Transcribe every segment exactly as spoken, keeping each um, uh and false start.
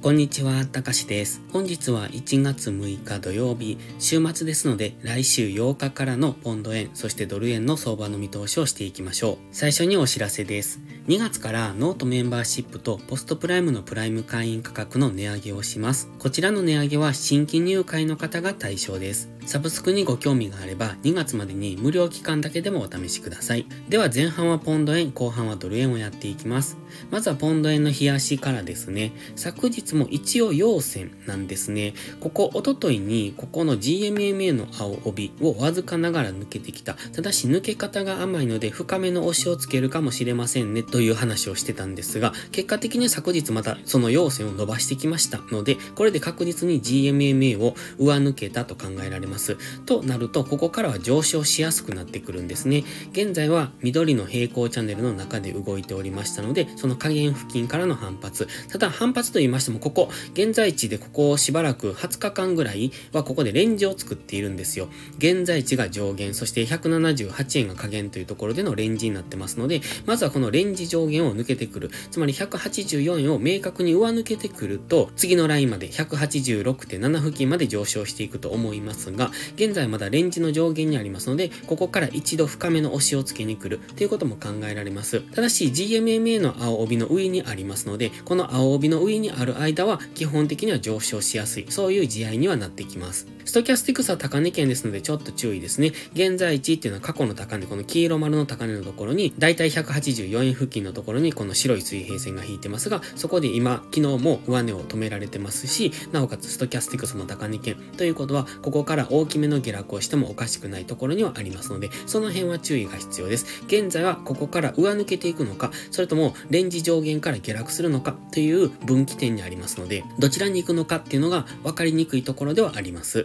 こんにちは、たかしです。本日はいちがつむいか土曜日、週末ですので、来週ようかからのポンド円、そしてドル円の相場の見通しをしていきましょう。最初にお知らせです。にがつからノートメンバーシップとポストプライムのプライム会員価格の値上げをします。こちらの値上げは新規入会の方が対象です。サブスクにご興味があれば、にがつまでに無料期間だけでもお試しください。では前半はポンド円、後半はドル円をやっていきます。まずはポンド円の冷やしからですね。昨日も一応陽線なんですね。ここ、おとといに、ここの ジーエムエムエー の青帯をわずかながら抜けてきた。ただし抜け方が甘いので、深めの押しをつけるかもしれませんね、という話をしてたんですが、結果的に昨日またその陽線を伸ばしてきましたので、これで確実に ジーエムエムエー を上抜けたと考えられます。となると、ここからは上昇しやすくなってくるんですね。現在は緑の平行チャンネルの中で動いておりましたので、その下限付近からの反発。ただ反発と言いましても、ここ、現在地でここをしばらくはつかかんぐらいはここでレンジを作っているんですよ。現在地が上限、そしてひゃくななじゅうはちえんが下限というところでのレンジになってますので、まずはこのレンジ上限を抜けてくる。つまりひゃくはちじゅうよえんを明確に上抜けてくると、次のラインまで ひゃくはちじゅうろくてんなな 付近まで上昇していくと思いますが、現在まだレンジの上限にありますので、ここから一度深めの押しをつけに来るということも考えられます。ただし ジーエムエムエー の青帯の上にありますので、この青帯の上にある間は基本的には上昇しやすい、そういう地合いにはなってきます。ストキャスティクスは高値圏ですのでちょっと注意ですね。現在地っていうのは過去の高値、この黄色丸の高値のところに、だいたいひゃくはちじゅうよえん付近のところにこの白い水平線が引いてますが、そこで今、昨日も上値を止められてますし、なおかつストキャスティクスも高値圏ということは、ここから大きめの下落をしてもおかしくないところにはありますので、その辺は注意が必要です。現在はここから上抜けていくのか、それともレンジ上限から下落するのかという分岐点にありますので、どちらに行くのかっていうのが分かりにくいところではあります。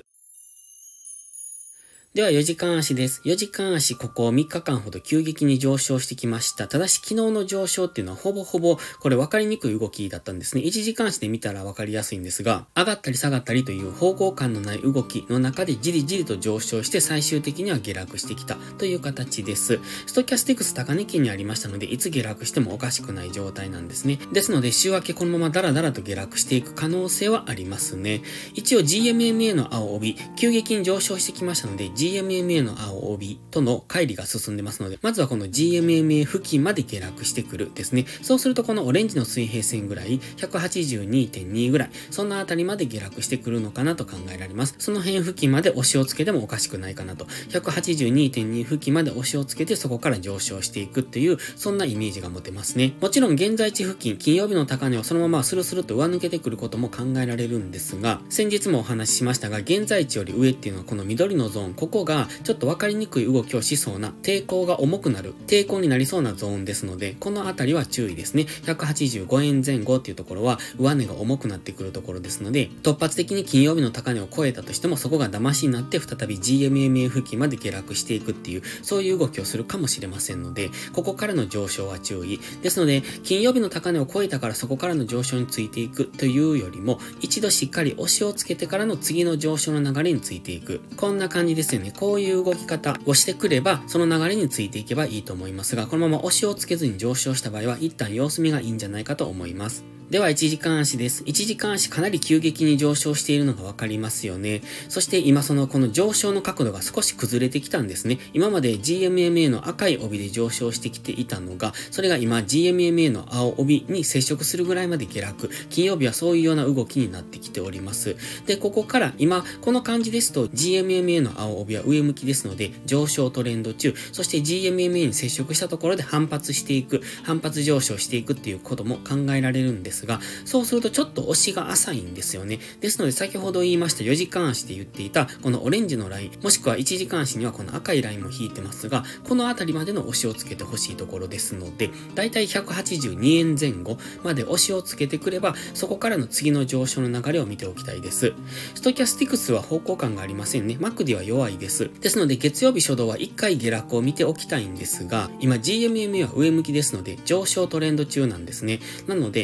ではよじかん足です。よじかん足、ここみっかかんほど急激に上昇してきました。ただし昨日の上昇っていうのはほぼほぼこれ分かりにくい動きだったんですね。いちじかん足で見たら分かりやすいんですが、上がったり下がったりという方向感のない動きの中でじりじりと上昇して最終的には下落してきたという形です。ストキャスティクス高値圏にありましたので、いつ下落してもおかしくない状態なんですね。ですので週明けこのままダラダラと下落していく可能性はありますね。一応 ジーエムエムエー の青帯、急激に上昇してきましたので、ジーエムエムエー の青帯との乖離が進んでますので、まずはこの ジーエムエムエー 付近まで下落してくるですね。そうするとこのオレンジの水平線ぐらい、ひゃくはちじゅうにてんに ぐらい、そんなあたりまで下落してくるのかなと考えられます。その辺付近まで押しをつけてもおかしくないかなと。ひゃくはちじゅうにてんに 付近まで押しをつけてそこから上昇していくっていう、そんなイメージが持てますね。もちろん現在地付近、金曜日の高値をそのままスルスルと上抜けてくることも考えられるんですが、先日もお話ししましたが、現在地より上っていうのはこの緑のゾーン、ここがちょっと分かりにくい動きをしそうな、抵抗が重くなる、抵抗になりそうなゾーンですので、このあたりは注意ですね。ひゃくはちじゅうごえんぜん後っていうところは上値が重くなってくるところですので、突発的に金曜日の高値を超えたとしても、そこが騙しになって再び ジーエムエムエー 付近まで下落していくっていう、そういう動きをするかもしれませんので、ここからの上昇は注意ですので、金曜日の高値を超えたからそこからの上昇についていくというよりも、一度しっかり押しをつけてからの次の上昇の流れについていく、こんな感じですよね。こういう動き方をしてくれば、その流れについていけばいいと思いますが、このまま押しをつけずに上昇した場合は一旦様子見がいいんじゃないかと思います。ではいちじかん足です。いちじかん足かなり急激に上昇しているのがわかりますよね。そして今そのこの上昇の角度が少し崩れてきたんですね。今まで ジーエムエムエー の赤い帯で上昇してきていたのが、それが今 ジーエムエムエー の青帯に接触するぐらいまで下落。金曜日はそういうような動きになってきております。で、ここから今この感じですと ジーエムエムエー の青帯は上向きですので上昇トレンド中、そして ジーエムエムエー に接触したところで反発していく、反発上昇していくっていうことも考えられるんですが、そうするとちょっと押しが浅いんですよね。ですので先ほど言いましたよじかん足で言っていたこのオレンジのライン、もしくはいちじかん足にはこの赤いラインも引いてますが、このあたりまでの押しをつけてほしいところですので、だいたいひゃくはちじゅうにえんぜん後まで押しをつけてくれば、そこからの次の上昇の流れを見ておきたいです。ストキャスティクスは方向感がありませんね。マクディは弱いです。ですので月曜日初動はいっかい下落を見ておきたいんですが、今 ジーエムエムエー は上向きですので上昇トレンド中なんですね。なのでこの上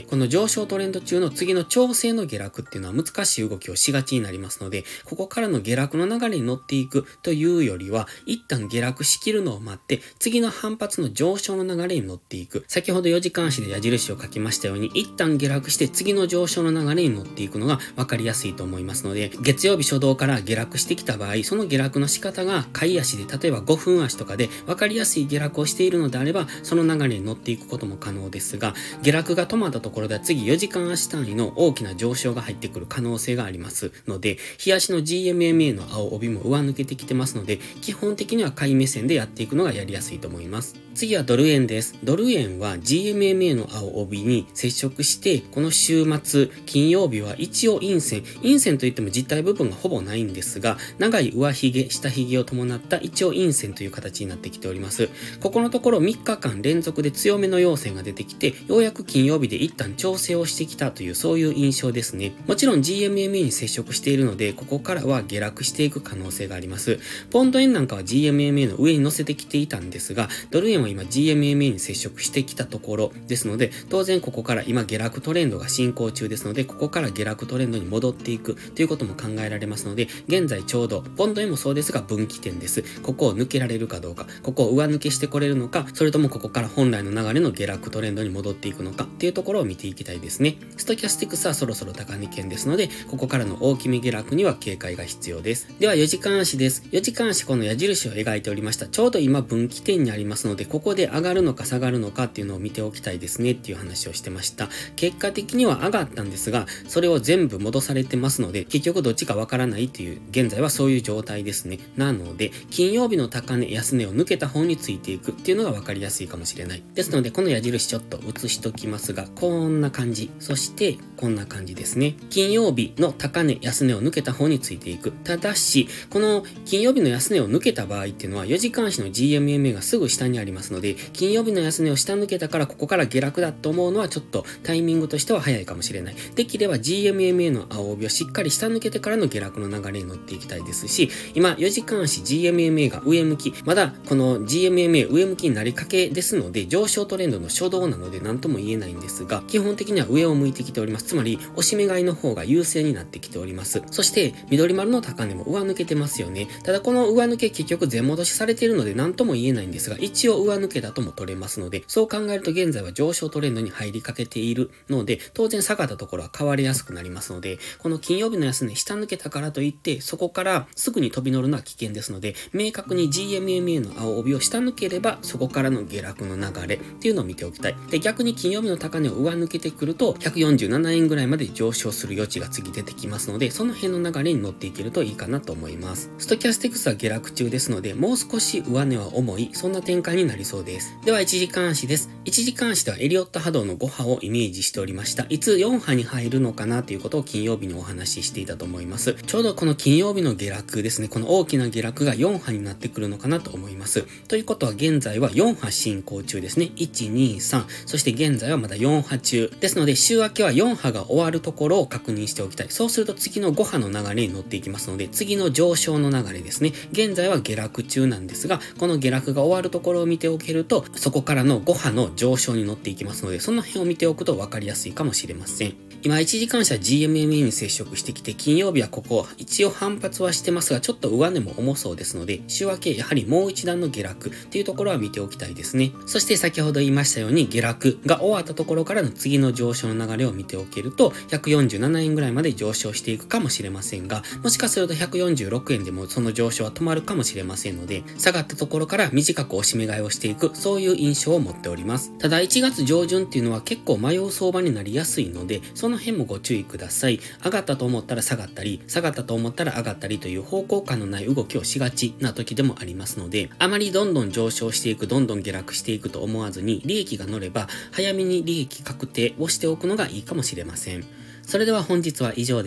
上昇トレンド中の次の調整の下落っていうのは難しい動きをしがちになりますので、ここからの下落の流れに乗っていくというよりは、一旦下落しきるのを待って、次の反発の上昇の流れに乗っていく。先ほどよじかん足で矢印を書きましたように、一旦下落して次の上昇の流れに乗っていくのが分かりやすいと思いますので、月曜日初動から下落してきた場合、その下落の仕方が買い足で、例えばごふん足とかで分かりやすい下落をしているのであれば、その流れに乗っていくことも可能ですが、下落が止まったところでは次よじかん足単位の大きな上昇が入ってくる可能性がありますので、日足の ジーエムエムエー の青帯も上抜けてきてますので、基本的には買い目線でやっていくのがやりやすいと思います。次はドル円です。ドル円は ジーエムエムエー の青帯に接触して、この週末、金曜日は一応陰線、陰線といっても実体部分がほぼないんですが、長い上髭、下髭を伴った一応陰線という形になってきております。ここのところみっかかん連続で強めの陽線が出てきて、ようやく金曜日で一旦調整をしてきたというそういう印象ですね。もちろん ジーエムエムエー に接触しているので、ここからは下落していく可能性があります。ポンド円なんかは ジーエムエムエー の上に乗せてきていたんですが、ドル円は今 ジーエムエムエー に接触してきたところですので、当然ここから今下落トレンドが進行中ですので、ここから下落トレンドに戻っていくということも考えられますので、現在ちょうどポンド円もそうですが分岐点です。ここを抜けられるかどうか、ここを上抜けしてこれるのか、それともここから本来の流れの下落トレンドに戻っていくのかっていうところを見ていきたいですね。ストキャスティクスはそろそろ高値圏ですので、ここからの大きめ下落には警戒が必要です。ではよじかん足です。よじかん足この矢印を描いておりました。ちょうど今分岐点にありますので、ここで上がるのか下がるのかっていうのを見ておきたいですねっていう話をしてました。結果的には上がったんですが、それを全部戻されてますので、結局どっちかわからないっていう、現在はそういう状態ですね。なので、金曜日の高値、安値を抜けた方についていくっていうのがわかりやすいかもしれない。ですので、この矢印ちょっと映しときますが、こんな感じ。そして、こんな感じですね。金曜日の高値、安値を抜けた方についていく。ただし、この金曜日の安値を抜けた場合っていうのは、よじかん足の ジーエムエムエー がすぐ下にありますので、金曜日の安値を下抜けたからここから下落だと思うのはちょっとタイミングとしては早いかもしれない。できれば ジーエムエムエー の青帯をしっかり下抜けてからの下落の流れに乗っていきたいですし、今よじかん足 ジーエムエムエー が上向き、まだこの ジーエムエムエー 上向きになりかけですので、上昇トレンドの初動なので何とも言えないんですが、基本的には上を向いてきております。つまり、押し目買いの方が優勢になってきております。そして、緑丸の高値も上抜けてますよね。ただこの上抜け結局全戻しされているので何とも言えないんですが、一応上抜けだとも取れますので、そう考えると現在は上昇トレンドに入りかけているので、当然下がったところは変わりやすくなりますので、この金曜日の安値下抜けたからといって、そこからすぐに飛び乗るのは危険ですので、明確に ジーエムエムエー の青帯を下抜ければ、そこからの下落の流れっていうのを見ておきたい。で、逆に金曜日の高値を上抜けてくると、ひゃくよんじゅうななえんぐらいまで上昇する余地が次出てきますので、その辺の流れに乗っていけるといいかなと思います。ストキャスティクスは下落中ですので、もう少し上値は重い、そんな展開になりそうです。ではいちじかん足です。いちじかん足ではエリオット波動のご波をイメージしておりました。いつよん波に入るのかなということを金曜日にお話ししていたと思います。ちょうどこの金曜日の下落ですね、この大きな下落がよん波になってくるのかなと思います。ということは現在はよん波進行中ですね。いち、に、さん、そして現在はまだよん波中。ですので週明けはよん波が終わるところを確認しておきたい。そうすると次のご波の流れに乗っていきますので、次の上昇の流れですね。現在は下落中なんですが、この下落が終わるところを見ておけると、そこからのご波の上昇に乗っていきますので、その辺を見ておくと分かりやすいかもしれません。今いちじかん足は ジーエムエムエー に接触してきて、金曜日はここ一応反発はしてますが、ちょっと上値も重そうですので、週明けやはりもう一段の下落っていうところは見ておきたいですね。そして先ほど言いましたように、下落が終わったところからの次の上昇の流れを見ておけると、ひゃくよんじゅうななえんぐらいまで上昇していくかもしれませんが、もしかするとひゃくよんじゅうろくえんでもその上昇は止まるかもしれませんので、下がったところから短く押し目買いをしていく、そういう印象を持っております。ただいちがつ上旬っていうのは結構迷う相場になりやすいので、その辺もご注意ください。上がったと思ったら下がったり、下がったと思ったら上がったりという方向感のない動きをしがちな時でもありますので、あまりどんどん上昇していく、どんどん下落していくと思わずに、利益が乗れば早めに利益確定をしておくのがいいかもしれません。それでは本日は以上です。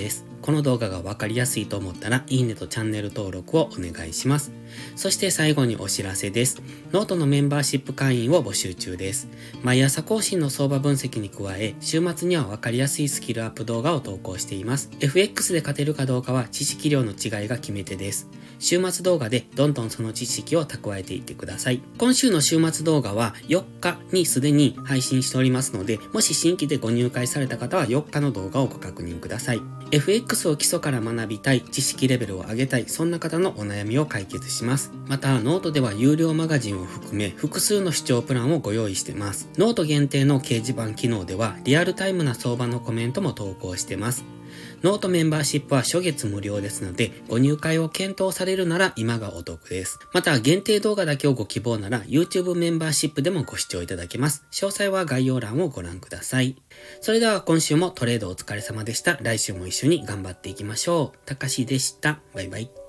この動画がわかりやすいと思ったら、いいねとチャンネル登録をお願いします。そして最後にお知らせです。ノートのメンバーシップ会員を募集中です。毎朝更新の相場分析に加え、週末にはわかりやすいスキルアップ動画を投稿しています。エフエックス で勝てるかどうかは知識量の違いが決め手です。週末動画でどんどんその知識を蓄えていってください。今週の週末動画はよっかにすでに配信しておりますので、もし新規でご入会された方はよっかの動画をご確認ください。エフエックス を基礎から学びたい、知識レベルを上げたい、そんな方のお悩みを解決します。また、ノートでは有料マガジンを含め複数の視聴プランをご用意しています。ノート限定の掲示板機能ではリアルタイムな相場のコメントも投稿してます。ノートメンバーシップは初月無料ですので、ご入会を検討されるなら今がお得です。また、限定動画だけをご希望なら YouTube メンバーシップでもご視聴いただけます。詳細は概要欄をご覧ください。それでは今週もトレードお疲れ様でした。来週も一緒に頑張っていきましょう。たかしでした。バイバイ。